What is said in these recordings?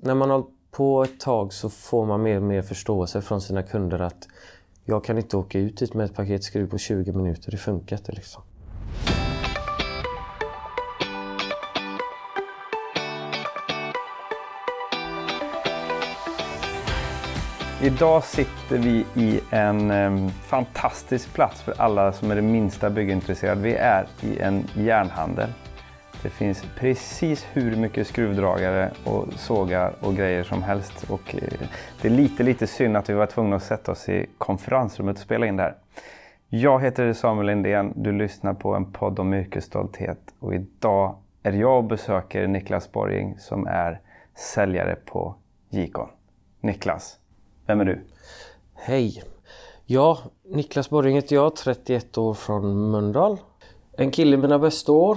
när man har på ett tag så får man mer och mer förståelse från sina kunder att jag kan inte åka ut hit med ett paket skruv på 20 minuter, det funkar inte liksom. Idag sitter vi i en fantastisk plats för alla som är det minsta byggintresserade. Vi är i en järnhandel. Det finns precis hur mycket skruvdragare och sågar och grejer som helst. Och det är lite synd att vi var tvungna att sätta oss i konferensrummet och spela in det här. Jag heter Samuel Lindén, du lyssnar på en podd om yrkesstolthet. Och idag är jag och besöker Niklas Borging som är säljare på J-Kon. Niklas, vem är du? Hej! Ja, Niklas Borging heter jag, 31 år från Mölndal. En kille i mina bästa år.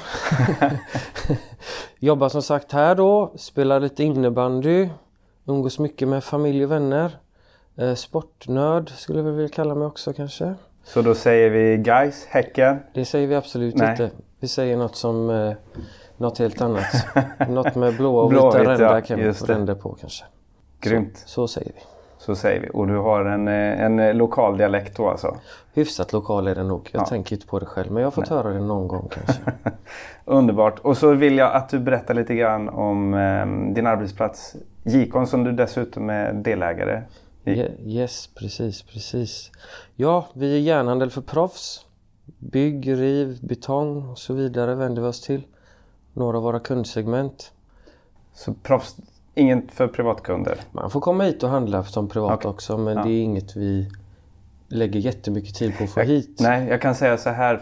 Jobbar som sagt här då, spelar lite innebandy, umgås mycket med familj och vänner. Sportnörd skulle vi vilja kalla mig också kanske. Så då säger vi Gais, Häcken? Det säger vi absolut inte. Vi säger något som något helt annat. Något med blåa och vita ränder kan vi få ränder på kanske. Grymt. Så säger vi. Så säger vi. Och du har en lokal dialekt då alltså? Hyfsat lokal är det nog. Jag tänker inte på det själv. Men jag har fått höra det någon gång kanske. Underbart. Och så vill jag att du berättar lite grann om din arbetsplats J-Kon som du dessutom är delägare i. Yes, precis. Ja, vi är järnhandel för proffs. Bygg, riv, betong och så vidare vänder vi oss till. Några av våra kundsegment. Så proffs... Inget för privatkunder? Man får komma hit och handla som privat också. Men det är inget vi lägger jättemycket tid på att få hit. Nej, jag kan säga så här.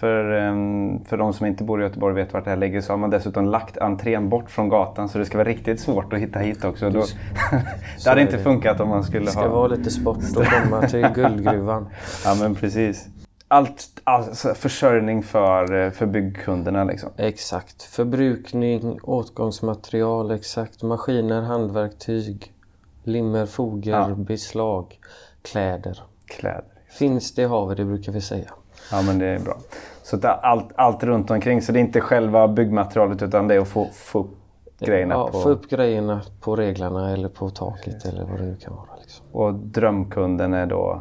För de som inte bor i Göteborg vet vart det här ligger. Så har man dessutom lagt entrén bort från gatan. Så det ska vara riktigt svårt att hitta hit också. Det hade inte funkat om man skulle ha... Det ska vara lite sport och komma till guldgruvan. Ja, men precis. Alltså försörjning för byggkunderna liksom. Exakt. Förbrukning, åtgångsmaterial, exakt. Maskiner, handverktyg, limmer, foger, beslag, kläder. Finns det har vi, det brukar vi säga. Ja, men det är bra. Så det är allt runt omkring. Så det är inte själva byggmaterialet utan det är att få upp grejerna få upp grejerna på reglarna eller på taket eller vad det nu kan vara. Liksom. Och drömkunden är då?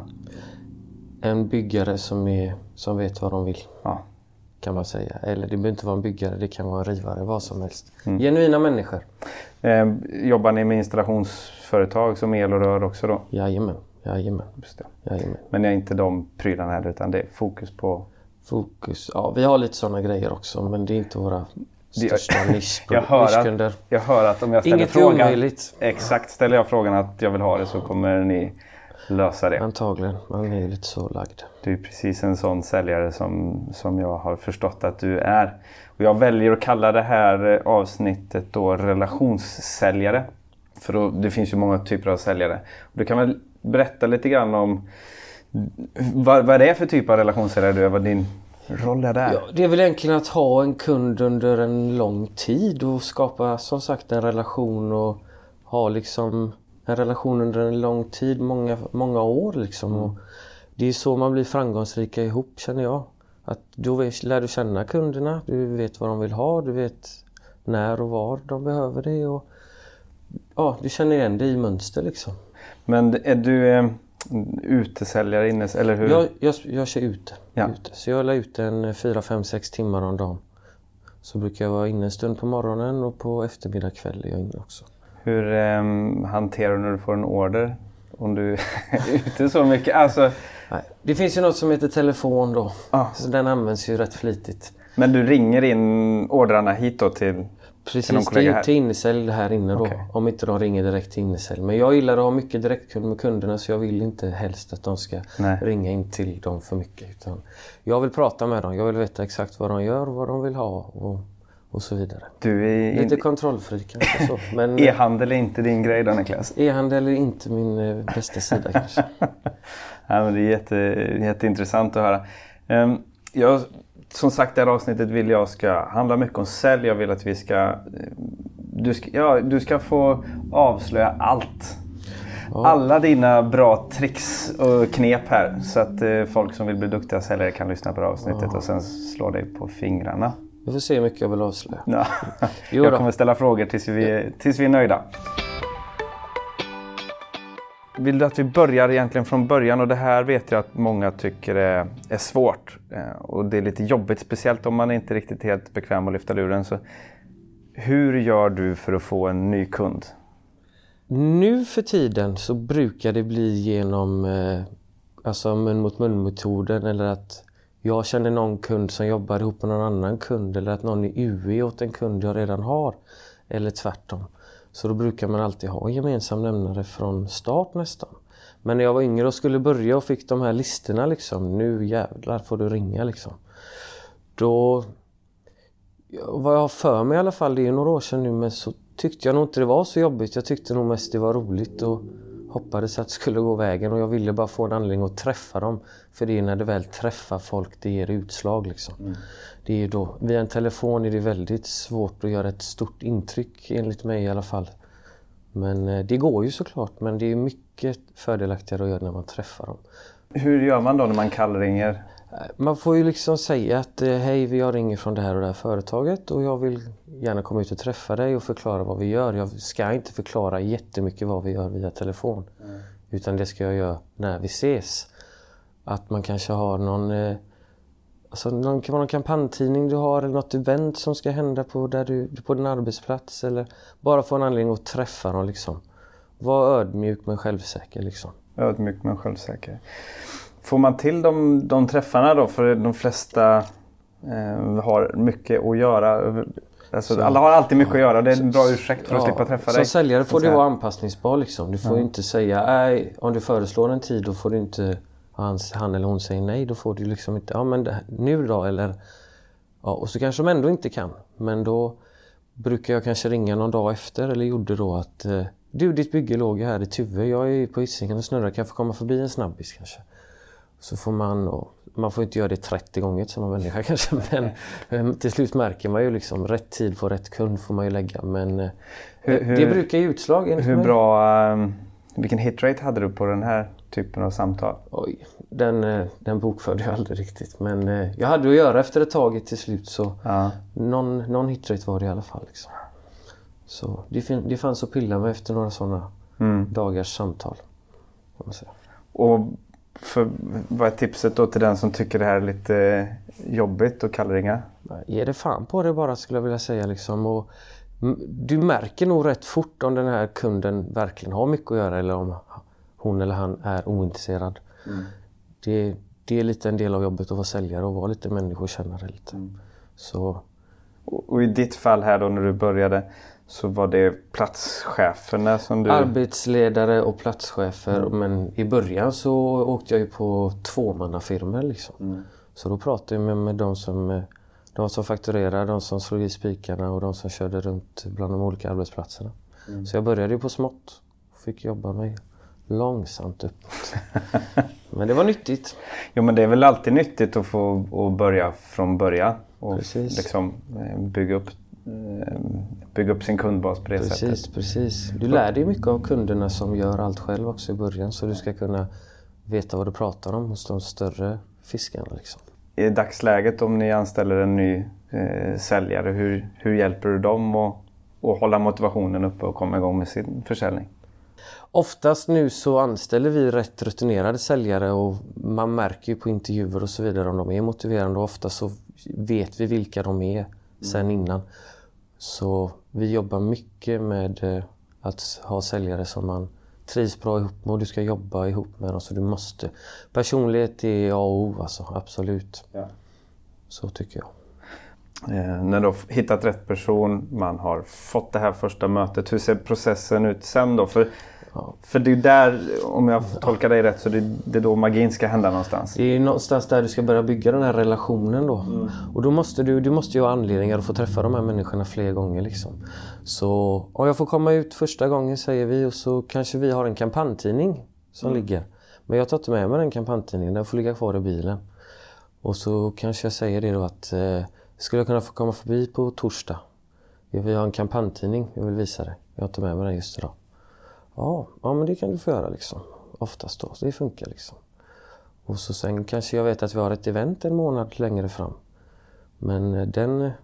En byggare som vet vad de vill, kan man säga. Eller det behöver inte vara en byggare, det kan vara en rivare, vad som helst. Genuina människor. Jobbar ni med installationsföretag som el och rör också då? Jajamän. Just det. Jajamän. Men det är inte de prylarna heller utan det är fokus på... Ja, vi har lite sådana grejer också men det är inte våra största nischkunder. Jag hör att om jag ställer inget frågan... omöjligt. Exakt, ställer jag frågan att jag vill ha det så kommer ni... lösa det. Antagligen, man är lite så lagd. Du är precis en sån säljare som jag har förstått att du är. Och jag väljer att kalla det här avsnittet då relationssäljare. För då, det finns ju många typer av säljare. Och du kan väl berätta lite grann om vad det är för typ av relationssäljare du är, vad din roll är där? Ja, det är väl egentligen att ha en kund under en lång tid och skapa som sagt en relation och ha liksom... en relation under en lång tid, många år liksom. Och det är så man blir framgångsrika ihop känner jag. Att då lär du känna kunderna, du vet vad de vill ha, du vet när och var de behöver det. Och, du känner igen det i mönster liksom. Men är du utesäljare inne eller hur? Jag kör ute. Så jag lär ut 4-5-6 timmar om dagen. Så brukar jag vara inne en stund på morgonen och på eftermiddag kväll är jag inne också. Hur hanterar du när du får en order? Om du är ute så mycket? Alltså... Nej, det finns ju något som heter telefon då. Så den används ju rätt flitigt. Men du ringer in ordrarna hit då till någon kollega här? Till innesälj här inne då. Okay. Om inte de ringer direkt till innesälj. Men jag gillar att ha mycket direktkund med kunderna så jag vill inte helst att de ska ringa in till dem för mycket. Utan jag vill prata med dem. Jag vill veta exakt vad de gör, vad de vill ha och så vidare. Du är lite kontrollfri kanske så. Men e-handel är inte din grej då, Niklas? E-handel är inte min bästa sida kanske. Ja, men det är jätteintressant att höra. Som sagt, det här avsnittet vill jag ska handla mycket om sälj. Jag vill att vi ska... Du ska få avslöja allt. Alla dina bra tricks och knep här. Så att folk som vill bli duktiga säljare kan lyssna på det här avsnittet och sen slå dig på fingrarna. Vi får se hur mycket jag vill avslöja. Ja. Jag kommer ställa frågor tills vi är nöjda. Vill du att vi börjar egentligen från början? Och det här vet jag att många tycker är svårt. Och det är lite jobbigt, speciellt om man inte är riktigt helt bekväm att lyfta luren. Så hur gör du för att få en ny kund? Nu för tiden så brukar det bli genom mun mot mun-metoden, eller att jag känner någon kund som jobbar ihop med någon annan kund, eller att någon är UE åt en kund jag redan har, eller tvärtom. Så då brukar man alltid ha en gemensam nämnare från start nästan. Men när jag var yngre och skulle börja och fick de här listorna liksom, nu jävlar får du ringa liksom. Då, vad jag har för mig i alla fall, det är några år sedan nu, men så tyckte jag nog inte det var så jobbigt. Jag tyckte nog mest det var roligt och hoppades att det skulle gå vägen, och jag ville bara få en anledning att träffa dem. För det är när det väl träffar folk det ger utslag liksom. Det är ju då, via en telefon är det väldigt svårt att göra ett stort intryck, enligt mig i alla fall. Men det går ju såklart, men det är mycket fördelaktigare att göra när man träffar dem. Hur gör man då när man kallringer? Man får ju liksom säga att hej, jag ringer från det här och det här företaget och jag vill gärna komma ut och träffa dig och förklara vad vi gör. Jag ska inte förklara jättemycket vad vi gör via telefon, utan det ska jag göra när vi ses. Att man kanske har någon kan vara någon kampanjtidning du har, eller något event som ska hända på din arbetsplats, eller bara få en anledning att träffa dem liksom. Var ödmjuk men självsäker liksom. Ödmjuk men självsäker. Får man till de träffarna då? För de flesta har mycket att göra. Alltså, alla har alltid mycket att göra. Det är en bra ursäkt för att slippa träffa dig. Som säljare får du vara anpassningsbar liksom. Du får ju inte säga, nej, om du föreslår en tid då får du inte, han eller hon säger nej, då får du liksom inte, ja men nu då, eller ja, och så kanske de ändå inte kan. Men då brukar jag kanske ringa någon dag efter, eller gjorde då att du, ditt bygge låg här i Tuve, jag är på Hisingen och snurrar, kan jag få komma förbi en snabbis kanske? Så får man får inte göra det 30 gånger som en människa kanske, men till slut märker man ju liksom rätt tid på rätt kund får man ju lägga, men det brukar ge utslag. Hur bra, vilken hitrate hade du på den här typen av samtal? Oj, den bokförde jag aldrig riktigt, men jag hade att göra efter ett tag till slut, så någon hitrate var det i alla fall liksom. Så det fanns att pilla med efter några sådana dagars samtal, kan man säga. Och vad är tipset då till den som tycker det här är lite jobbigt och kallringa? Ge det fan på det bara, skulle jag vilja säga liksom. Och du märker nog rätt fort om den här kunden verkligen har mycket att göra, eller om hon eller han är ointresserad. Det är lite en del av jobbet att vara säljare och vara lite människokännare lite. Så. Och i ditt fall här då när du började, så var det platscheferna som du... Arbetsledare och platschefer, men i början så åkte jag ju på tvåmannafirmor liksom. Så då pratade jag med de som fakturerade, de som slog i spikarna och de som körde runt bland de olika arbetsplatserna. Så jag började ju på smått och fick jobba mig långsamt uppåt. Men det var nyttigt. Jo, men det är väl alltid nyttigt att få börja från början och liksom bygga upp sin kundbas på det sättet. Precis. Du lär dig mycket av kunderna som gör allt själv också i början, så du ska kunna veta vad du pratar om hos de större fiskarna liksom. I dagsläget, om ni anställer en ny säljare, hur hjälper du dem att hålla motivationen uppe och komma igång med sin försäljning? Oftast nu så anställer vi rätt rutinerade säljare, och man märker ju på intervjuer och så vidare om de är motiverande, och ofta så vet vi vilka de är sen innan. Så vi jobbar mycket med att ha säljare som man trivs bra ihop med, och du ska jobba ihop med dem, så du måste. Personlighet är A och O, alltså, absolut. Ja. Så tycker jag. När du har hittat rätt person, man har fått det här första mötet, hur ser processen ut sen då? För det är där, om jag tolkar dig rätt, så det är då magin ska hända någonstans. Det är någonstans där du ska börja bygga den här relationen då. Och då måste du måste ju ha anledningar att få träffa de här människorna fler gånger liksom. Så om jag får komma ut första gången, säger vi, och så kanske vi har en kampanjtidning som ligger. Men jag tar inte med mig den kampanjtidningen, den får ligga kvar i bilen. Och så kanske jag säger det då att skulle jag kunna få komma förbi på torsdag? Vi har en kampanjtidning, jag vill visa dig. Jag har inte med mig den just idag. Ja, men det kan du få göra liksom. Oftast då, så det funkar liksom. Och så sen kanske jag vet att vi har ett event en månad längre fram. Men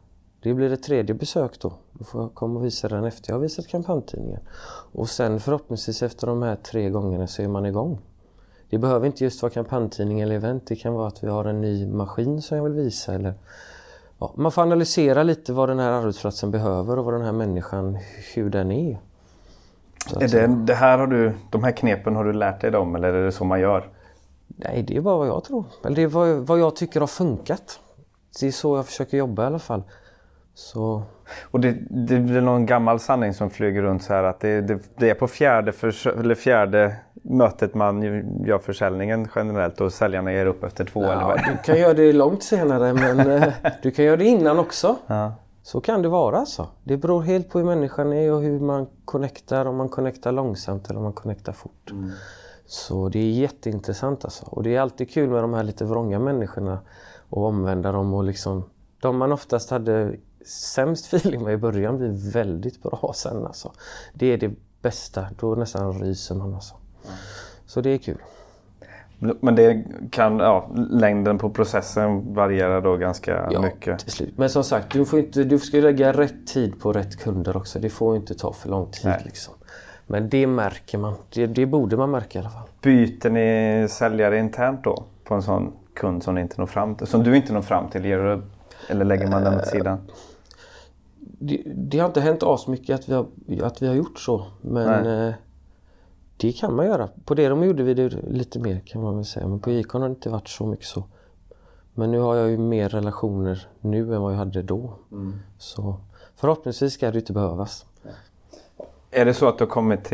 Det blir ett tredje besök då. Då får jag komma och visa den efter jag har visat kampanjtidningen. Och sen förhoppningsvis efter de här 3 gångerna så är man igång. Det behöver inte just vara kampanjtidning eller event. Det kan vara att vi har en ny maskin som jag vill visa. Eller, ja, man får analysera lite vad den här arbetsplatsen behöver och vad den här människan, hur den är. Det här de här knepen har du lärt dig dem eller är det så man gör? Nej, det är bara vad jag tror. Eller det är vad jag tycker har funkat. Det är så jag försöker jobba i alla fall. Så. Och det är någon gammal sanning som flyger runt så här att det är på fjärde mötet man gör försäljningen generellt och säljarna ger upp efter 2 eller vad? Du kan göra det långt senare men du kan göra det innan också. Ja. Så kan det vara så. Det beror helt på hur människan är och hur man connectar. Om man connectar långsamt eller om man connectar fort. Mm. Så det är jätteintressant alltså. Och det är alltid kul med de här lite vrånga människorna och omvända dem och liksom de man oftast hade sämst feeling med i början blir väldigt bra sen alltså. Det är det bästa. Då nästan ryser man alltså. Mm. Så det är kul. Men det kan, längden på processen varierar då ganska mycket. Till slut. Men som sagt, du ska lägga rätt tid på rätt kunder också. Det får inte ta för lång tid liksom. Men det märker man. Det borde man märka i alla fall. Byter ni säljare internt då på en sån kund som, inte når fram till, som du inte når fram till? Eller lägger man den åt sidan? Det har inte hänt oss mycket att vi har gjort så. Men det kan man göra. På det gjorde vi det lite mer kan man väl säga. Men på Icon har det inte varit så mycket så. Men nu har jag ju mer relationer nu än vad jag hade då. Mm. Så förhoppningsvis ska det inte behövas. Är det så att du har kommit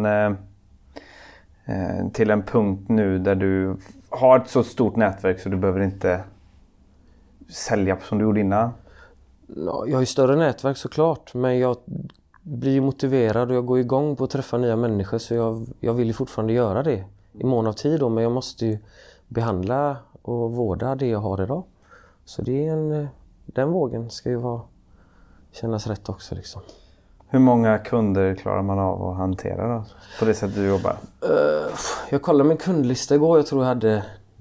till en punkt nu där du har ett så stort nätverk så du behöver inte sälja som du gjorde innan? Ja, jag har ju större nätverk såklart, men jag blir ju motiverad och jag går igång på att träffa nya människor så jag vill ju fortfarande göra det i mån av tid då, men jag måste ju behandla och vårda det jag har idag. Så det är den vågen ska ju kännas rätt också liksom. Hur många kunder klarar man av att hantera då? På det sättet du jobbar? Jag kollade min kundlista igår. Jag tror jag hade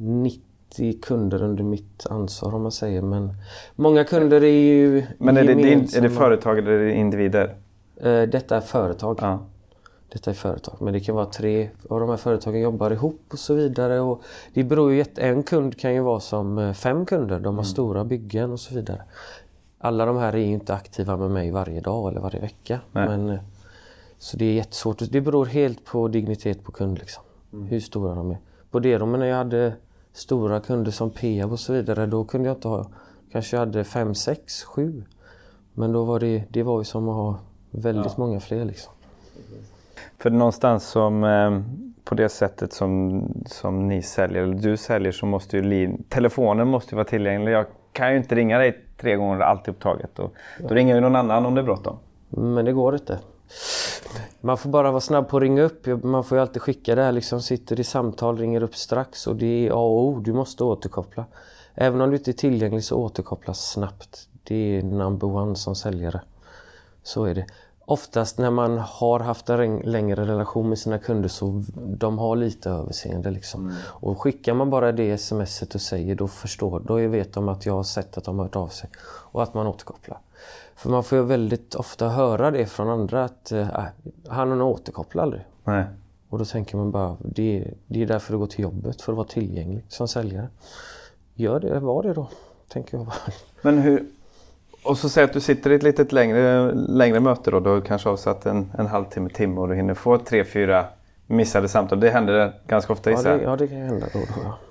90 kunder under mitt ansvar om man säger. Men många kunder är ju... Men är det företag eller är det individer? Detta är företag. Ja. Detta är företag. Men det kan vara 3 av de här företagen jobbar ihop och så vidare. Och det beror ju en kund kan ju vara som 5 kunder. De har stora byggen och så vidare. Alla de här är ju inte aktiva med mig varje dag eller varje vecka. Men, så det är jättesvårt. Det beror helt på dignitet på kund liksom. Hur stora de är. På det då, men när jag hade stora kunder som Peab och så vidare, då kunde jag inte ha, kanske jag hade 5, 6, 7. Men då var det var ju som att ha väldigt många fler liksom. För någonstans som på det sättet som ni säljer, eller du säljer, så måste ju telefonen måste ju vara tillgänglig. Jag kan ju inte ringa dig 3 gånger alltid upptaget. Och då ringer ju någon annan om det är bråttom. Men det går inte. Man får bara vara snabb på att ringa upp. Man får ju alltid skicka det här liksom. Sitter i samtal, ringer upp strax. Och det är A och O. Du måste återkoppla. Även om du inte är tillgänglig så återkopplas snabbt. Det är number 1 som säljare. Så är det. Oftast när man har haft en längre relation med sina kunder så de har lite överseende liksom. Och skickar man bara det smset och säger, då vet de att jag har sett att de har hört av sig och att man återkopplar. För man får ju väldigt ofta höra det från andra att han återkopplar aldrig. Nej. Och då tänker man bara, det är därför du går till jobbet, för att vara tillgänglig som säljare. Gör det, var det då, tänker jag bara. Men hur... Och så säger att du sitter i ett litet längre möte då. Du har kanske avsatt en halvtimme, timme och du hinner få 3-4 missade samtal. Det händer ganska ofta i sig. Ja, det kan hända då.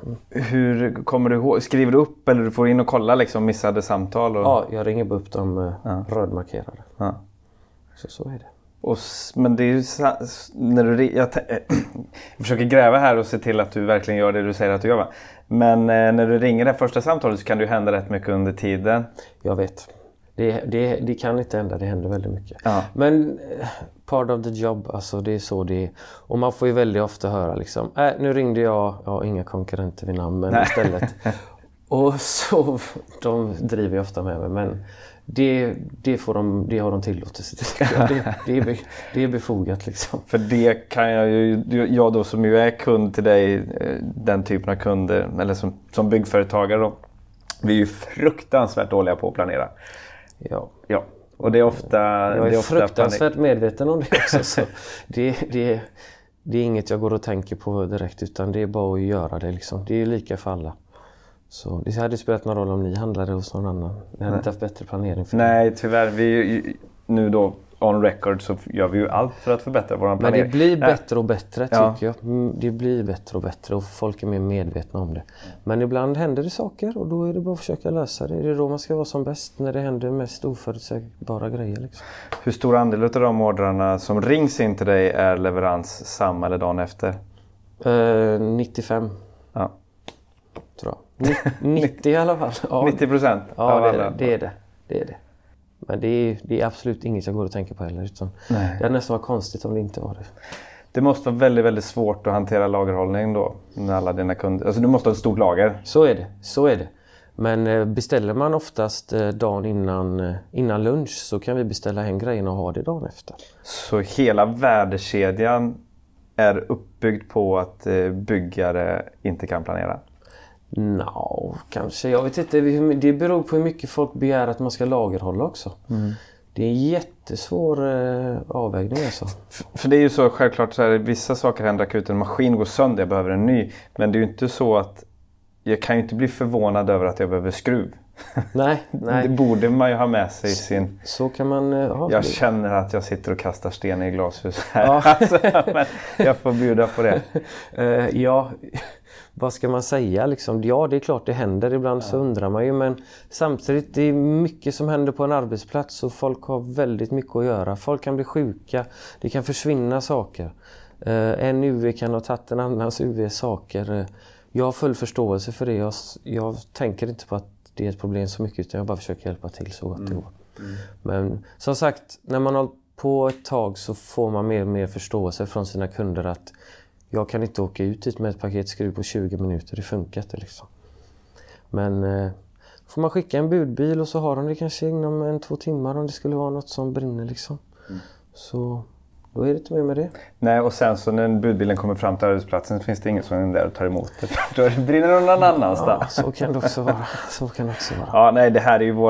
Hur kommer du ihåg? Skriver du upp eller du får in och kolla liksom missade samtal? Och... Ja, jag ringer upp dem rödmarkerade. Ja. Så är det. Men det är ju när jag försöker gräva här och se till att du verkligen gör det du säger att du gör, va? Men när du ringer det första samtalet så kan det ju hända rätt mycket under tiden. Jag vet. Det kan inte hända, det händer väldigt mycket. Ja. Men part of the job, alltså det är så det är. Och man får ju väldigt ofta höra liksom, nu ringde jag, inga konkurrenter vid namn, men istället. Och så, de driver ju ofta med mig, men det har de tillåtelse till. Det är befogat liksom. För det kan jag då som ju är kund till dig, den typen av kunder, eller som byggföretagare då, vi är ju fruktansvärt dåliga på att planera. Ja. Och det är ofta... Jag är fruktansvärt medveten om det också. Så det är inget jag går och tänker på direkt, utan det är bara att göra det liksom. Det är lika för alla. Så det hade spelat någon roll om ni handlade hos någon annan. Ni hade inte haft bättre planering för Nej, tyvärr. Vi nu då on record så gör vi ju allt för att förbättra vår planering. Men det blir bättre och bättre tycker jag. Det blir bättre och bättre och folk är mer medvetna om det. Men ibland händer det saker och då är det bara att försöka lösa det. Det är då man ska vara som bäst, när det händer mest oförutsägbara grejer. Liksom. Hur stor andel av de ordrarna som rings in till dig är leverans samma eller dagen efter? 95. Ja. Tror jag. 90 i alla fall. Ja. 90%? Ja, det är det. Men det är absolut inget jag går och tänker på heller. Utan det hade nästan varit konstigt om det inte var det. Det måste vara väldigt, väldigt svårt att hantera lagerhållning då. Med alla dina kunder. Alltså du måste ha ett stort lager. Så är det. Men beställer man oftast dagen innan lunch så kan vi beställa hem grejerna och ha det dagen efter. Så hela värdekedjan är uppbyggd på att byggare inte kan planera? Kanske. Jag vet inte. Det beror på hur mycket folk begär att man ska lagerhålla också. Det är en jättesvår avvägning alltså. För det är ju så självklart så här, vissa saker händer akut. En maskin går sönder, jag behöver en ny. Men det är ju inte så att jag kan ju inte bli förvånad över att jag behöver skruv. Nej. Det borde man ju ha med sig i sin... Så kan man ha. Jag känner att jag sitter och kastar sten i glashus här. Ja. Alltså, men jag får bjuda på det. Vad ska man säga liksom? Ja, det är klart det händer. Ibland så undrar man ju. Men samtidigt, det är mycket som händer på en arbetsplats. Och folk har väldigt mycket att göra. Folk kan bli sjuka. Det kan försvinna saker. En UV kan ha tagit en annans UV-saker. Jag har full förståelse för det. Jag tänker inte på att det är ett problem så mycket. Utan jag bara försöker hjälpa till så gott det går. Men som sagt, när man har på ett tag så får man mer och mer förståelse från sina kunder att jag kan inte åka ut hit med ett paket skruv på 20 minuter, det funkar inte liksom. Men får man skicka en budbil och så har de det kanske inom 1-2 timmar om det skulle vara något som brinner liksom. Så då är det inte mer med det. Nej, och sen så när budbilen kommer fram till arbetsplatsen så finns det ingen som är där och tar emot det. Då brinner det någon annanstans. Ja, så kan det också vara. Ja, nej, det här är ju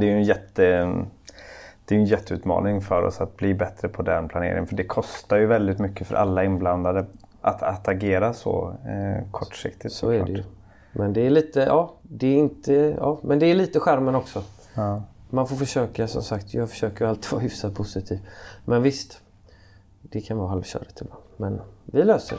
det är en jätteutmaning för oss att bli bättre på den planeringen. För det kostar ju väldigt mycket för alla inblandade att agera så kortsiktigt. Så är det ju. Men det är lite, men det är lite skärmen också. Ja. Man får försöka, som sagt, jag försöker alltid vara hyfsat positiv. Men visst, det kan vara halvkörigt ibland. Men vi löser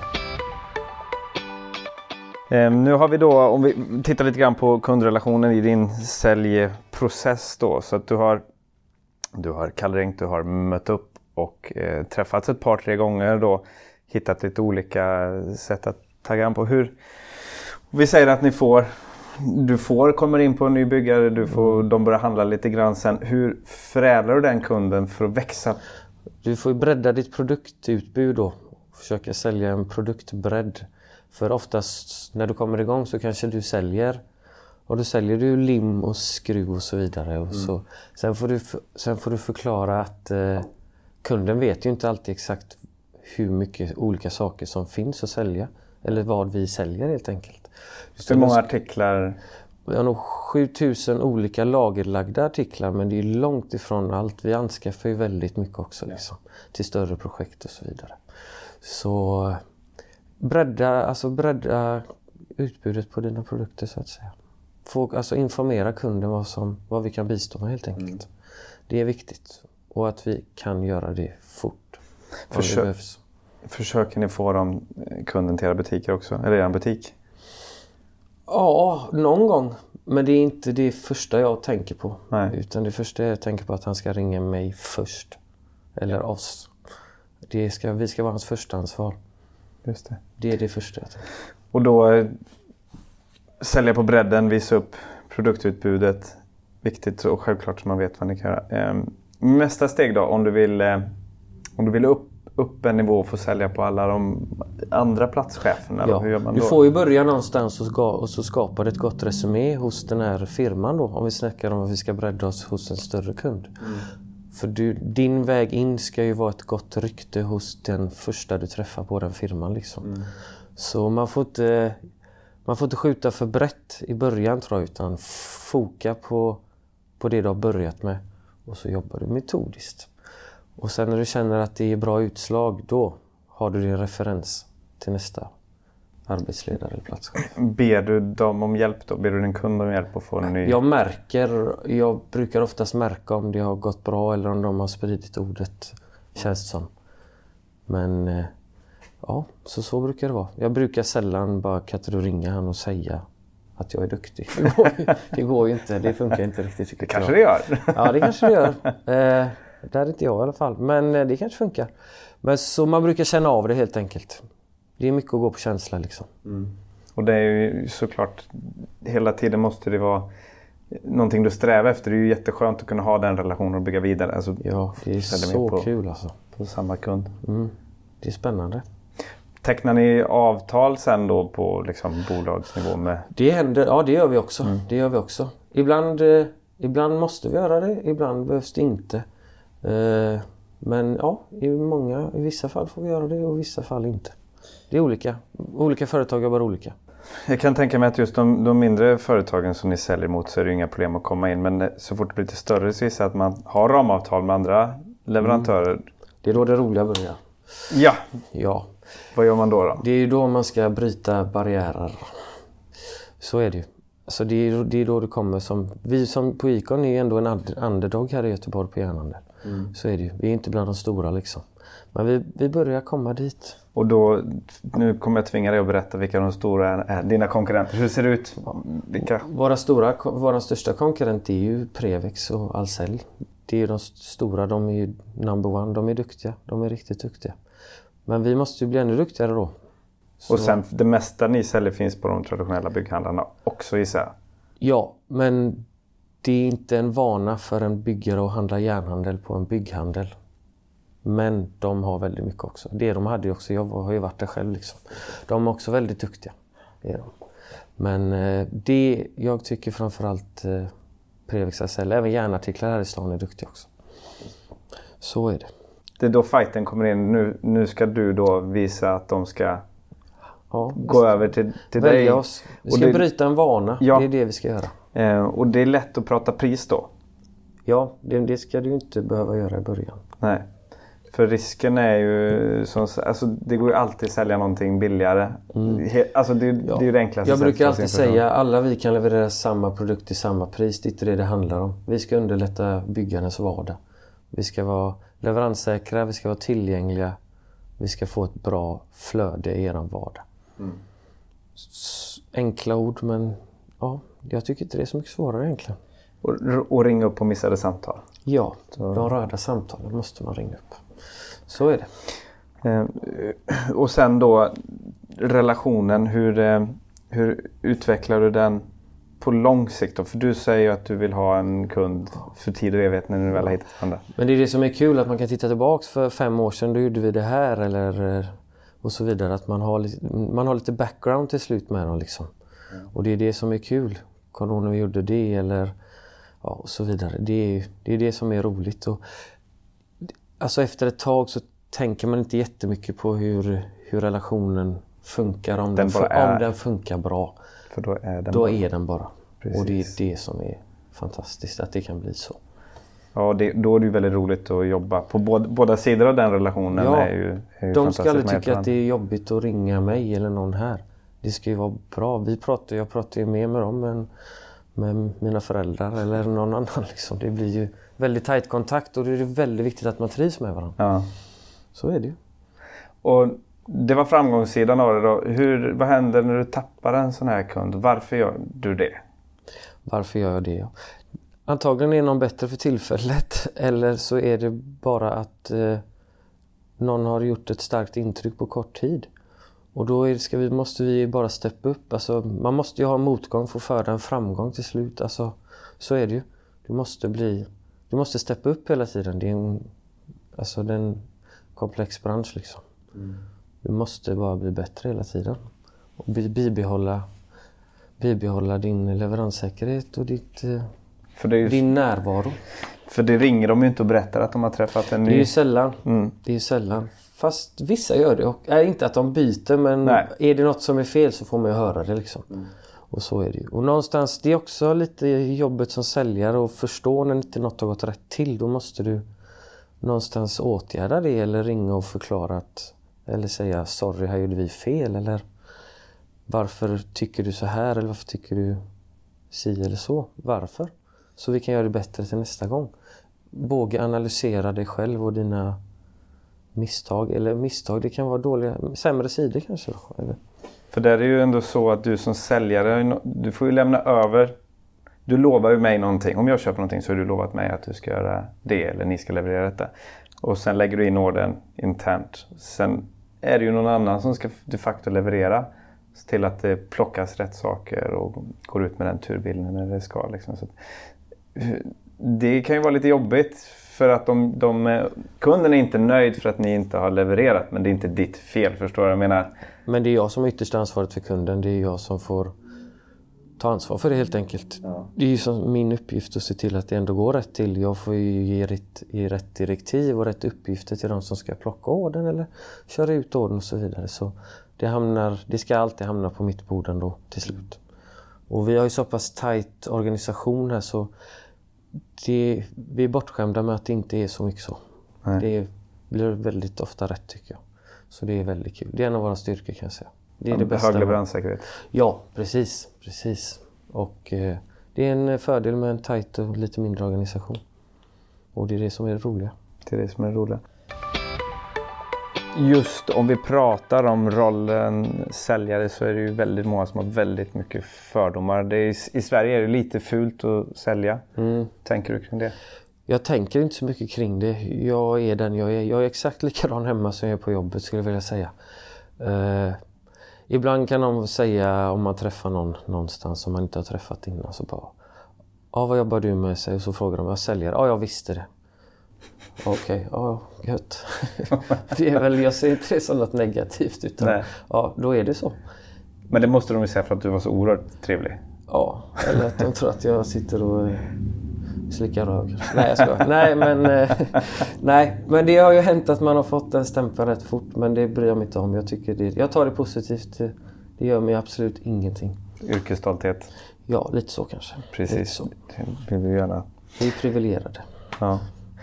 det. Nu har vi då, om vi tittar lite grann på kundrelationen i din säljprocess då. Så att du har kallringt, du har mött upp och träffats ett par, 3 gånger då. Hittat lite olika sätt att tagga an på. Hur vi säger att du kommer in på en ny byggare, de börjar handla lite grann sen. Hur förädlar du den kunden för att växa? Du får ju bredda ditt produktutbud då. Försöka sälja en produktbredd. För oftast när du kommer igång så kanske du säljer. Och då säljer du lim och skruv och så vidare. Och så. Sen får du förklara att kunden vet ju inte alltid exakt hur mycket olika saker som finns att sälja. Eller vad vi säljer helt enkelt. Hur många artiklar? Vi har nog 7000 olika lagerlagda artiklar. Men det är långt ifrån allt. Vi anskaffar ju väldigt mycket också liksom, till större projekt och så vidare. Så bredda utbudet på dina produkter så att säga. Informera kunden vad vi kan bistå med helt enkelt. Det är viktigt. Och att vi kan göra det fort. Försöker ni få kunden till era butiker också? Eller er butik? Ja, någon gång. Men det är inte det första jag tänker på. Nej. Utan det första jag tänker på att han ska ringa mig först. Eller oss. Vi ska vara hans första ansvar. Just det. Det är det första jag tänker. Och då sälja på bredden, visa upp produktutbudet. Viktigt och självklart så man vet vad ni kan göra. Nästa steg då, om du vill upp en nivå och få sälja på alla de andra platscheferna. Ja, hur gör man du då? får ju börja någonstans och så skapar det ett gott resumé hos den här firman då. Om vi snackar om att vi ska bredda oss hos en större kund. För din väg in ska ju vara ett gott rykte hos den första du träffar på den firman liksom. Så man får inte skjuta för brett i början tror jag, utan foka på det du har börjat med. Och så jobbar du metodiskt. Och sen när du känner att det är bra utslag, då har du din referens till nästa arbetsledare eller platschef. Ber du dem om hjälp då? Ber du din kund om hjälp att få en ny? Jag brukar oftast märka om det har gått bra eller om de har spridit ordet, känns det som. Men ja, så brukar det vara. Jag brukar sällan bara ringa han och säga att jag är duktig. Det går ju inte, det funkar inte riktigt. Det kanske det gör. Ja, det kanske det gör. Det är inte jag i alla fall, men det kanske funkar. Men så man brukar känna av det helt enkelt. Det är mycket att gå på känsla liksom. Och det är ju såklart, hela tiden måste det vara någonting du strävar efter. Det är ju jätteskönt att kunna ha den relationen och bygga vidare. Alltså, ja, det är så kul alltså. På samma kund. Det är spännande. Tecknar ni avtal sen då på liksom bolagsnivå med? Det händer, ja det gör vi också. Det gör vi också. Ibland måste vi göra det, ibland behövs det inte. Men ja, i vissa fall får vi göra det och i vissa fall inte. Det är olika. Olika företag jobbar olika. Jag kan tänka mig att just de mindre företagen som ni säljer mot så är det inga problem att komma in. Men så fort det blir lite större så är det att man har ramavtal med andra leverantörer. Det är då det roliga börjar. Ja. Vad gör man då? Det är ju då man ska bryta barriärer. Så är det ju. Alltså det är då det kommer som... Vi som på Icon är ju ändå en underdog här i Göteborg på järnhandel. Så är det ju. Vi är inte bland de stora liksom. Men vi börjar komma dit. Och då, nu kommer jag tvinga dig att berätta vilka de stora är. Dina konkurrenter, hur ser det ut? Vilka? Våra största konkurrenter är ju Prevex och Ahlsell. Det är ju de stora, de är ju number one. De är duktiga, de är riktigt duktiga. Men vi måste ju bli ännu duktigare då. Och sen det mesta ni säljer finns på de traditionella bygghandlarna också gissar jag? Ja, men det är inte en vana för en byggare att handla järnhandel på en bygghandel. Men de har väldigt mycket också. Det de hade ju också, jag har ju varit där själv liksom. De är också väldigt duktiga. Det är de. Men jag tycker framförallt Prevex Ahlsell, även järnartiklar här i stan är duktiga också. Så är det. Det är då fighten kommer in. Nu ska du då visa att de ska gå över till dig. Oss. Vi ska bryta en vana. Ja. Det är det vi ska göra. Och det är lätt att prata pris då? Ja, det ska du ju inte behöva göra i början. Nej. För risken är ju, alltså det går ju alltid att sälja någonting billigare. Alltså det är ju det enklaste. Jag brukar alltid säga alla vi kan leverera samma produkt till samma pris. Det är inte det handlar om. Vi ska underlätta byggarnas vardag. Vi ska vara leveranssäkra, vi ska vara tillgängliga. Vi ska få ett bra flöde i eran vardag. Enkla ord, men ja, jag tycker inte det är så mycket svårare egentligen. Och ringa upp på missade samtal? Ja, de röda samtalen måste man ringa upp. Så är det. Och sen då relationen, hur utvecklar du den på lång sikt då? För du säger ju att du vill ha en kund för tid och evighet när du väl har hittat andra. Men det är det som är kul, att man kan titta tillbaks för 5 år sedan, då gjorde vi det här eller och så vidare. Att man har lite background till slut med dem liksom. Och det är det som är kul. Kommer du när vi gjorde det eller och så vidare. Det är det som är roligt. Och, alltså efter ett tag så tänker man inte jättemycket på hur relationen funkar. Om den funkar bra. För då är den bara. Precis. Och det är det som är fantastiskt, att det kan bli så. Ja, då är det ju väldigt roligt att jobba på båda sidor av den relationen. Ja, är ju de ska aldrig tycka att det är jobbigt att ringa mig eller någon här. Det ska ju vara bra. Jag pratar ju mer med dem än med mina föräldrar eller någon annan. Liksom. Det blir ju väldigt tajt kontakt och det är väldigt viktigt att man trivs med varandra. Ja. Så är det ju. Och det var framgångssidan av det då. Vad händer när du tappar en sån här kund? Varför gör du det? Varför gör jag det? Antagligen är någon bättre för tillfället. Eller så är det bara att någon har gjort ett starkt intryck på kort tid. Och då måste vi bara steppa upp. Alltså, man måste ju ha motgång för att föra en framgång till slut. Alltså, så är det ju. Du måste steppa upp hela tiden. Det är en komplex bransch liksom. Du måste bara bli bättre hela tiden. Och bibehålla din leveranssäkerhet och din närvaro. För det ringer de ju inte och berättar att de har träffat en ny. Det är ju sällan. Det är sällan. Fast vissa gör det. Och inte att de byter, men är det något som är fel så får man ju höra det liksom. Och så är det ju. Och någonstans, det är också lite jobbet som säljare att förstå när inte något har gått rätt till. Då måste du någonstans åtgärda det eller ringa och förklara att, eller säga sorry, här gjorde vi fel, eller varför tycker du så här, eller varför tycker du si eller så, varför? Så vi kan göra det bättre till nästa gång. Våga analysera dig själv och dina misstag, eller misstag, det kan vara dåliga, sämre sidor kanske då, eller? För där är ju ändå så att du som säljare, du får ju lämna över. Du lovar ju mig någonting. Om jag köper någonting så har du lovat mig att du ska göra det eller ni ska leverera detta. Och sen lägger du in ordern internt. Sen är det ju någon annan som ska de facto leverera till att det plockas rätt saker och går ut med den turbilden när det ska. Liksom. Så det kan ju vara lite jobbigt för att kunden är inte nöjd för att ni inte har levererat, men det är inte ditt fel, förstår du? Jag menar... Men det är jag som är ytterst ansvarig för kunden. Det är jag som får ta ansvar för det helt enkelt. Ja. Det är ju som min uppgift att se till att det ändå går rätt till. Jag får ju ge rätt direktiv och rätt uppgifter till de som ska plocka orden eller köra ut orden och så vidare. Så det ska alltid hamna på mitt bord ändå till slut. Och vi har ju så pass tajt organisation här så vi är bortskämda med att det inte är så mycket så. Nej. Det blir väldigt ofta rätt tycker jag. Så det är väldigt kul. Det är en av våra styrkor kan jag säga. Det är det bästa. Hög leveranssäkerhet. Ja, precis. Och det är en fördel med en tajt och lite mindre organisation. Och det är det som är det roliga. Det är det som är det roliga. Just om vi pratar om rollen säljare så är det ju väldigt många som har väldigt mycket fördomar. I Sverige är det lite fult att sälja. Tänker du kring det? Jag tänker inte så mycket kring det. Jag är den jag är. Jag är exakt likadan hemma som jag är på jobbet skulle jag vilja säga. Ibland kan de säga om man träffar någon någonstans som man inte har träffat innan så bara vad jobbar du med? Och så frågar de, jag säljer. Ja, jag visste det. Okej, gött. Det är väl, jag ser inte det som något negativt utan då är det så. Men det måste de ju säga för att du var så oerhört trevlig. Ja, eller att de tror att jag sitter och slickar rög. Nej, jag ska. Nej, men det har ju hänt att man har fått en stämpel rätt fort, men det bryr jag mig inte om. Jag tar det positivt. Det gör mig absolut ingenting. Yrkesstolthet. Ja, lite så kanske. Precis, så. Det vill vi gärna. Vi är privilegierade. Ja.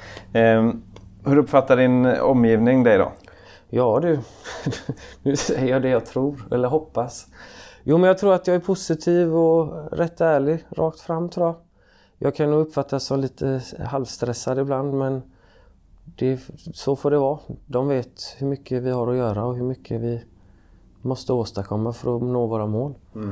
Hur uppfattar din omgivning dig då? Ja du, nu säger jag det jag tror, eller hoppas. Jo, men jag tror att jag är positiv och rätt ärlig, rakt fram tror jag. Jag kan nog uppfattas som lite halvstressad ibland, men så får det vara. De vet hur mycket vi har att göra och hur mycket vi måste åstadkomma för att nå våra mål.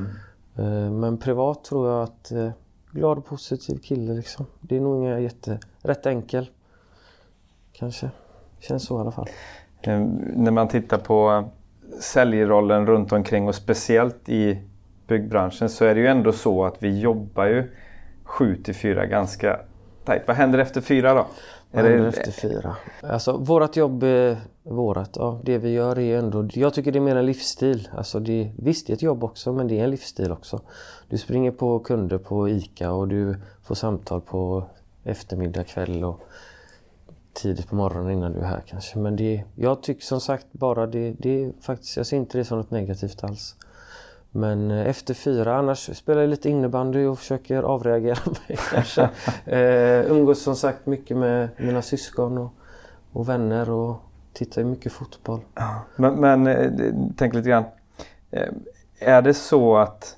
Men privat tror jag att glad och positiv kille liksom. Det är nog inga rätt enkel. Kanske. Känns så i alla fall. När man tittar på säljrollen runt omkring och speciellt i byggbranschen så är det ju ändå så att vi jobbar ju 7-4 ganska tajt. Vad händer efter 4 då? Efter 4? Alltså vårat jobb är det vi gör är ändå, jag tycker det är mer en livsstil. Alltså visst det är ett jobb också, men det är en livsstil också. Du springer på kunder på ICA och du får samtal på eftermiddag, kväll och tidigt på morgonen innan du är här kanske. Men jag tycker som sagt bara det är faktiskt, jag ser inte det som något negativt alls. Men efter 4, annars spelar jag lite innebandy och försöker avreagera mig kanske. Umgås som sagt mycket med mina syskon och vänner och tittar mycket fotboll. Ja, men tänk lite grann. Är det så att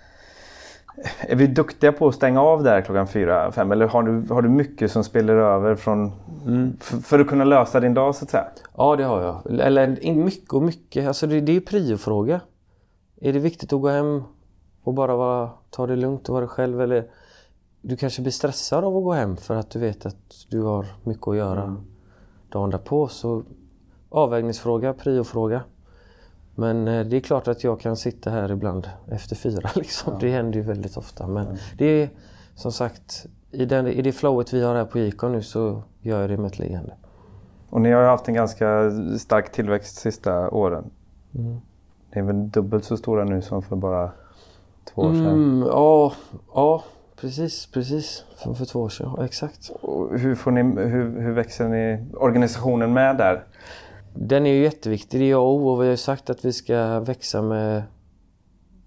är vi duktiga på att stänga av där klockan 4-5 eller har du mycket som spelar över från för att kunna lösa din dag så att säga? Ja, det har jag. Eller mycket och mycket. Alltså det är ju priofråga. Är det viktigt att gå hem och bara ta det lugnt och vara själv, eller du kanske blir stressad av att gå hem för att du vet att du har mycket att göra dagen därpå, så avvägningsfråga, priofråga. Men det är klart att jag kan sitta här ibland efter 4 liksom. Det händer ju väldigt ofta, men det är som sagt i det flowet vi har här på ICA nu så gör jag det med ett leende. Och ni har ju haft en ganska stark tillväxt sista åren. Det är väl dubbelt så stora nu som för bara 2 år sedan? Ja, precis. Som för 2 år sedan, ja, exakt. Och hur växer ni organisationen med där? Den är ju jätteviktig, det är och vi har ju sagt att vi ska växa med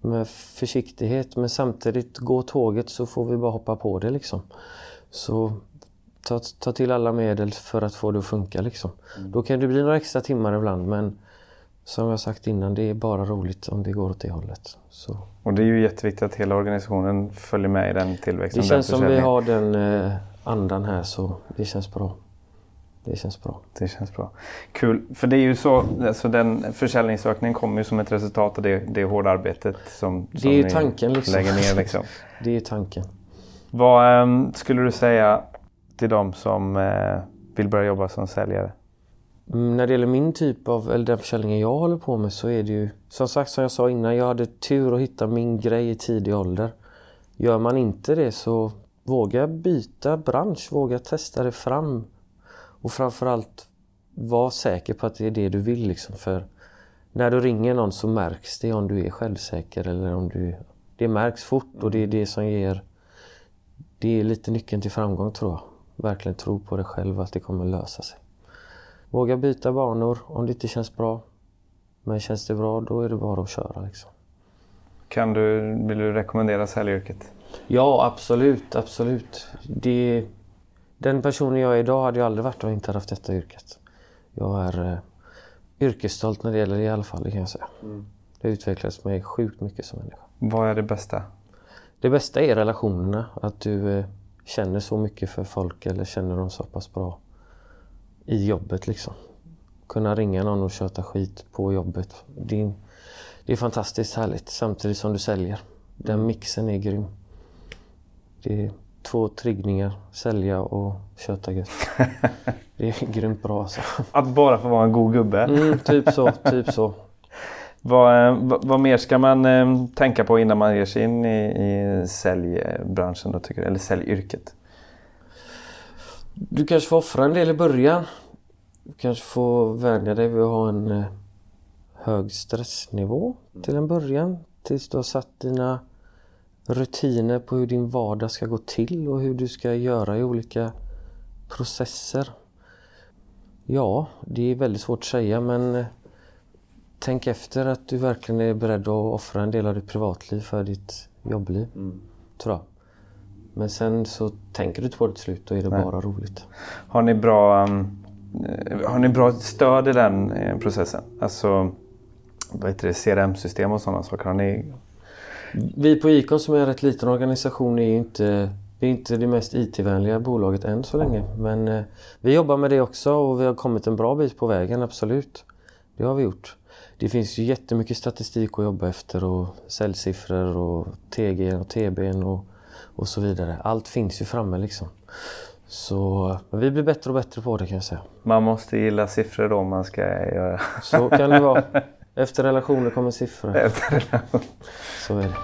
med försiktighet, men samtidigt gå tåget så får vi bara hoppa på det liksom. Så ta till alla medel för att få det att funka liksom. Då kan det bli några extra timmar ibland, men som jag sagt innan, det är bara roligt om det går åt det hållet. Så. Och det är ju jätteviktigt att hela organisationen följer med i den tillväxten. Det känns som vi har den andan här, så det känns bra. Det känns bra. Kul, för det är ju så, alltså den försäljningsökningen kommer ju som ett resultat av det hårda arbetet som det är ju tanken liksom. Lägger ner liksom. Det är ju tanken. Vad skulle du säga till de som vill börja jobba som säljare? När det gäller min typ av, eller den försäljningen jag håller på med, så är det ju, som sagt, som jag sa innan, jag hade tur att hitta min grej i tidig ålder. Gör man inte det, så våga byta bransch, våga testa det fram. Och framförallt var säker på att det är det du vill liksom. För när du ringer någon så märks det om du är självsäker eller om du... Det märks fort, och det är det som ger... Det är lite nyckeln till framgång, tror jag. Verkligen tro på dig själv att det kommer lösa sig. Våga byta banor om det inte känns bra. Men känns det bra, då är det bara att köra liksom. Vill du rekommendera säljyrket? Ja, absolut. Den personen jag är idag hade jag aldrig varit om jag inte haft detta yrket. Jag är yrkesstolt när det gäller det i alla fall, det kan jag säga. Det utvecklats mig sjukt mycket som människa. Vad är det bästa? Det bästa är relationerna. Att du känner så mycket för folk, eller känner dem så pass bra i jobbet liksom. Kunna ringa någon och köta skit på jobbet. Det är fantastiskt härligt, samtidigt som du säljer. Den mixen är grym. Det är 2 triggningar, sälja och köta gött. Det är grymt bra alltså. Att bara få vara en god gubbe. Typ så. Vad mer ska man tänka på innan man ger sig in i säljbranschen då, tycker du? Eller säljyrket? Du kanske får offra en del i början. Du kanske får vänja dig vid att ha en hög stressnivå till en början. Tills du har satt dina rutiner på hur din vardag ska gå till och hur du ska göra i olika processer. Ja, det är väldigt svårt att säga, men tänk efter att du verkligen är beredd att offra en del av ditt privatliv för ditt jobbliv, tror jag. Men sen så tänker du inte på det till slut, och är det bara roligt. Har ni bra stöd i den processen? Alltså, vad heter det, CRM-system och sådana saker? Har ni... Vi på Icon, som är en rätt liten organisation, är inte det mest IT-vänliga bolaget än så länge. Men vi jobbar med det också, och vi har kommit en bra bit på vägen, absolut. Det har vi gjort. Det finns ju jättemycket statistik att jobba efter, och säljsiffror och TG och TBn och så vidare. Allt finns ju framme liksom. Så vi blir bättre och bättre på det, kan jag säga. Man måste gilla siffror då man ska göra. Så kan det vara. Efter relationer kommer siffror. Så är det.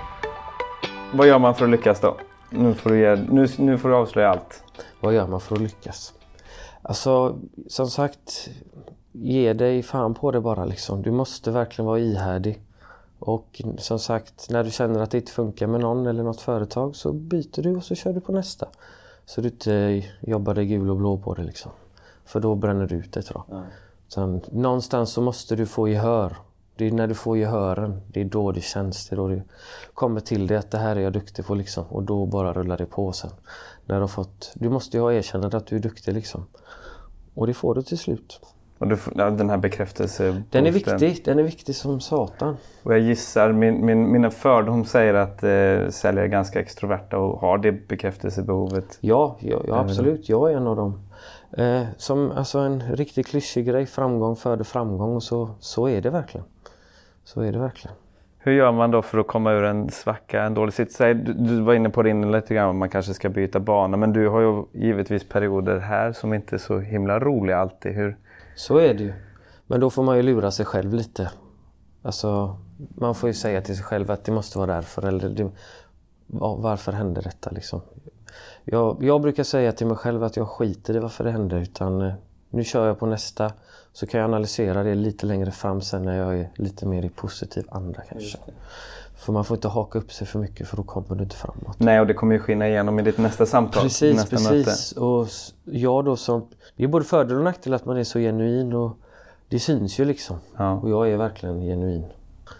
Vad gör man för att lyckas då? Nu får du avslöja allt. Vad gör man för att lyckas? Alltså, som sagt, ge dig fan på det bara liksom. Du måste verkligen vara ihärdig. Och som sagt, när du känner att det inte funkar med någon eller något företag, så byter du och så kör du på nästa. Så du inte jobbar dig gul och blå på det liksom. För då bränner du ut det, tror jag. Sen, någonstans så måste du få gehör. Det är när du får gehören, det är då det känns. Det är då du kommer till det, att det här är jag duktig på liksom. Och då bara rullar det på sen. När du måste ju ha erkännande att du är duktig liksom. Och det får du till slut. Och den här bekräftelsen. Den är viktig som satan. Och jag gissar, mina fördom säger att säljare är ganska extroverta och har det bekräftelsebehovet. Ja, absolut. Jag är en av dem. Som alltså en riktig klyschig grej, framgång föder framgång, och så är det verkligen. Så är det verkligen. Hur gör man då för att komma ur en svacka, en dålig sits? Du var inne på det innan lite grann, man kanske ska byta bana, men du har ju givetvis perioder här som inte är så himla roliga alltid. Så är det ju. Men då får man ju lura sig själv lite. Alltså, man får ju säga till sig själv att det måste vara därför, eller varför hände detta liksom. Jag brukar säga till mig själv att jag skiter i varför det hände, utan nu kör jag på nästa, så kan jag analysera det lite längre fram sen när jag är lite mer i positiv anda kanske. För man får inte haka upp sig för mycket, för då kommer du inte framåt. Nej, och det kommer ju skina igenom i ditt nästa samtal. Precis. Möte. Och jag då det är både fördel och nackdel att man är så genuin, och det syns ju liksom. Ja. Och jag är verkligen genuin.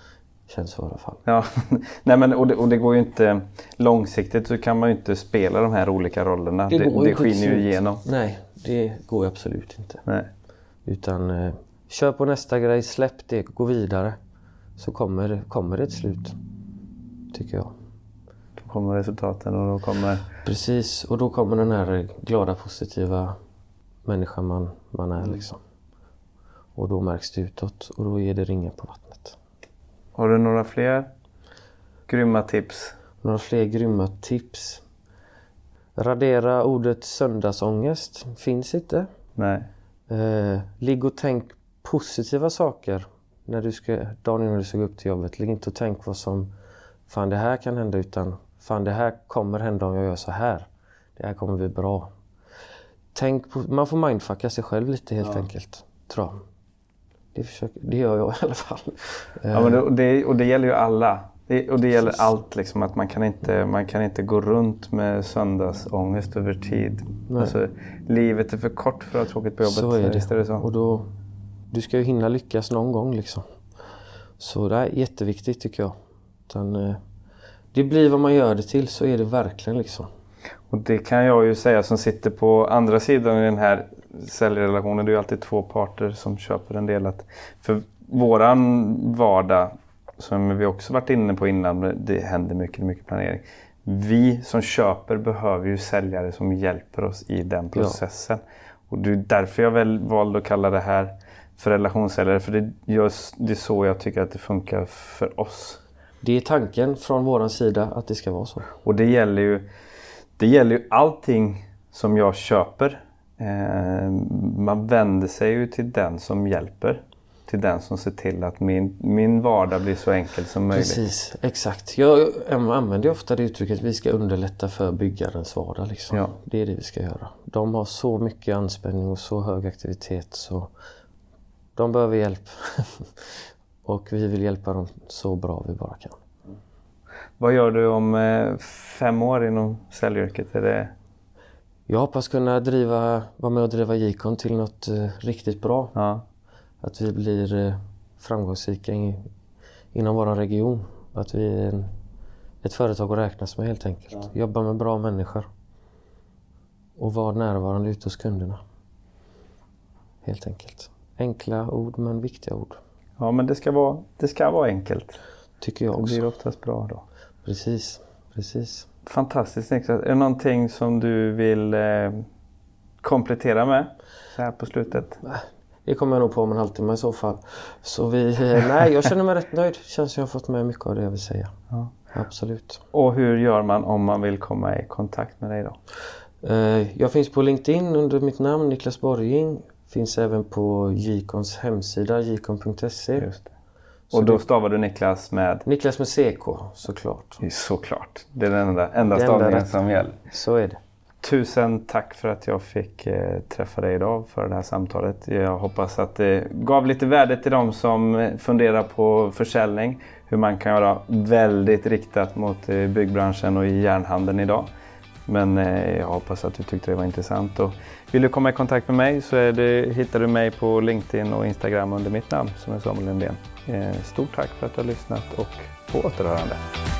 Känns så i alla fall. Ja, nej men och det går ju inte långsiktigt, så kan man ju inte spela de här olika rollerna. Det skiner ju igenom. Nej, det går ju absolut inte. Nej. Utan kör på nästa grej, släpp det, gå vidare. Så kommer det ett slut, tycker jag. Då kommer resultaten och då kommer... Precis, och då kommer den här glada, positiva människan man är liksom. Och då märks det utåt och då ger det ringar på vattnet. Har du några fler grymma tips? Några fler grymma tips? Radera ordet söndagsångest. Finns inte. Nej. Ligg och tänk positiva saker dagen innan du ska gå upp till jobbet. Ligg inte och tänk vad som fan det här kan hända, utan fan det här kommer hända om jag gör så här. Det här kommer bli bra. Man får mindfucka sig själv lite helt enkelt, tror jag. Det gör jag i alla fall. Ja, men det gäller ju alla. Och det gäller allt liksom, att man kan inte gå runt med söndagsångest över tid. Alltså, livet är för kort för att ha tråkigt på jobbet. Så är det. Visst är det så? Och du ska ju hinna lyckas någon gång liksom. Så det är jätteviktigt tycker jag. Utan, det blir vad man gör det till, så är det verkligen liksom. Och det kan jag ju säga som sitter på andra sidan i den här säljrelationen. Det är ju alltid två parter som köper en del. För våran vardag, som vi också varit inne på innan, det händer mycket planering. Vi som köper behöver ju säljare som hjälper oss i den processen. Ja. Och det är därför jag väl valde att kalla det här för relationssäljare. För det är så jag tycker att det funkar för oss. Det är tanken från våran sida att det ska vara så. Och det gäller ju allting som jag köper. Man vänder sig ju till den som hjälper. Till den som ser till att min vardag blir så enkel som möjligt. Precis, exakt. Jag använder ofta det uttrycket att vi ska underlätta för byggarens vardag. Liksom. Ja. Det är det vi ska göra. De har så mycket anspänning och så hög aktivitet, så de behöver hjälp. Och vi vill hjälpa dem så bra vi bara kan. Vad gör du om 5 år inom säljyrket? Jag hoppas kunna vara med och driva J-Con till något riktigt bra. Ja. Att vi blir framgångsrika inom vår region. Att vi är ett företag att räknas med helt enkelt. Ja. Jobba med bra människor. Och vara närvarande ute hos kunderna. Helt enkelt. Enkla ord men viktiga ord. Ja, men det ska vara enkelt. Tycker jag också. Det blir oftast bra då. Precis. Fantastiskt, Niklas. Är det någonting som du vill komplettera med så här på slutet? Det kommer jag nog på om en halvtimme i så fall. Så nej, jag känner mig rätt nöjd. Känns som jag har fått med mycket av det jag vill säga. Ja. Absolut. Och hur gör man om man vill komma i kontakt med dig då? Jag finns på LinkedIn under mitt namn, Niklas Borging. Finns även på J-Cons hemsida, jcon.se. Just det. Och då stavar du Niklas med? Niklas med CK, såklart. Såklart. Det är den enda stavningen som gäller. Så är det. Tusen tack för att jag fick träffa dig idag för det här samtalet. Jag hoppas att det gav lite värde till de som funderar på försäljning. Hur man kan göra väldigt riktat mot byggbranschen och i järnhandeln idag. Men jag hoppas att du tyckte det var intressant. Och vill du komma i kontakt med mig så hittar du mig på LinkedIn och Instagram under mitt namn som är Samuel Lindén. Stort tack för att du har lyssnat och på återhörande.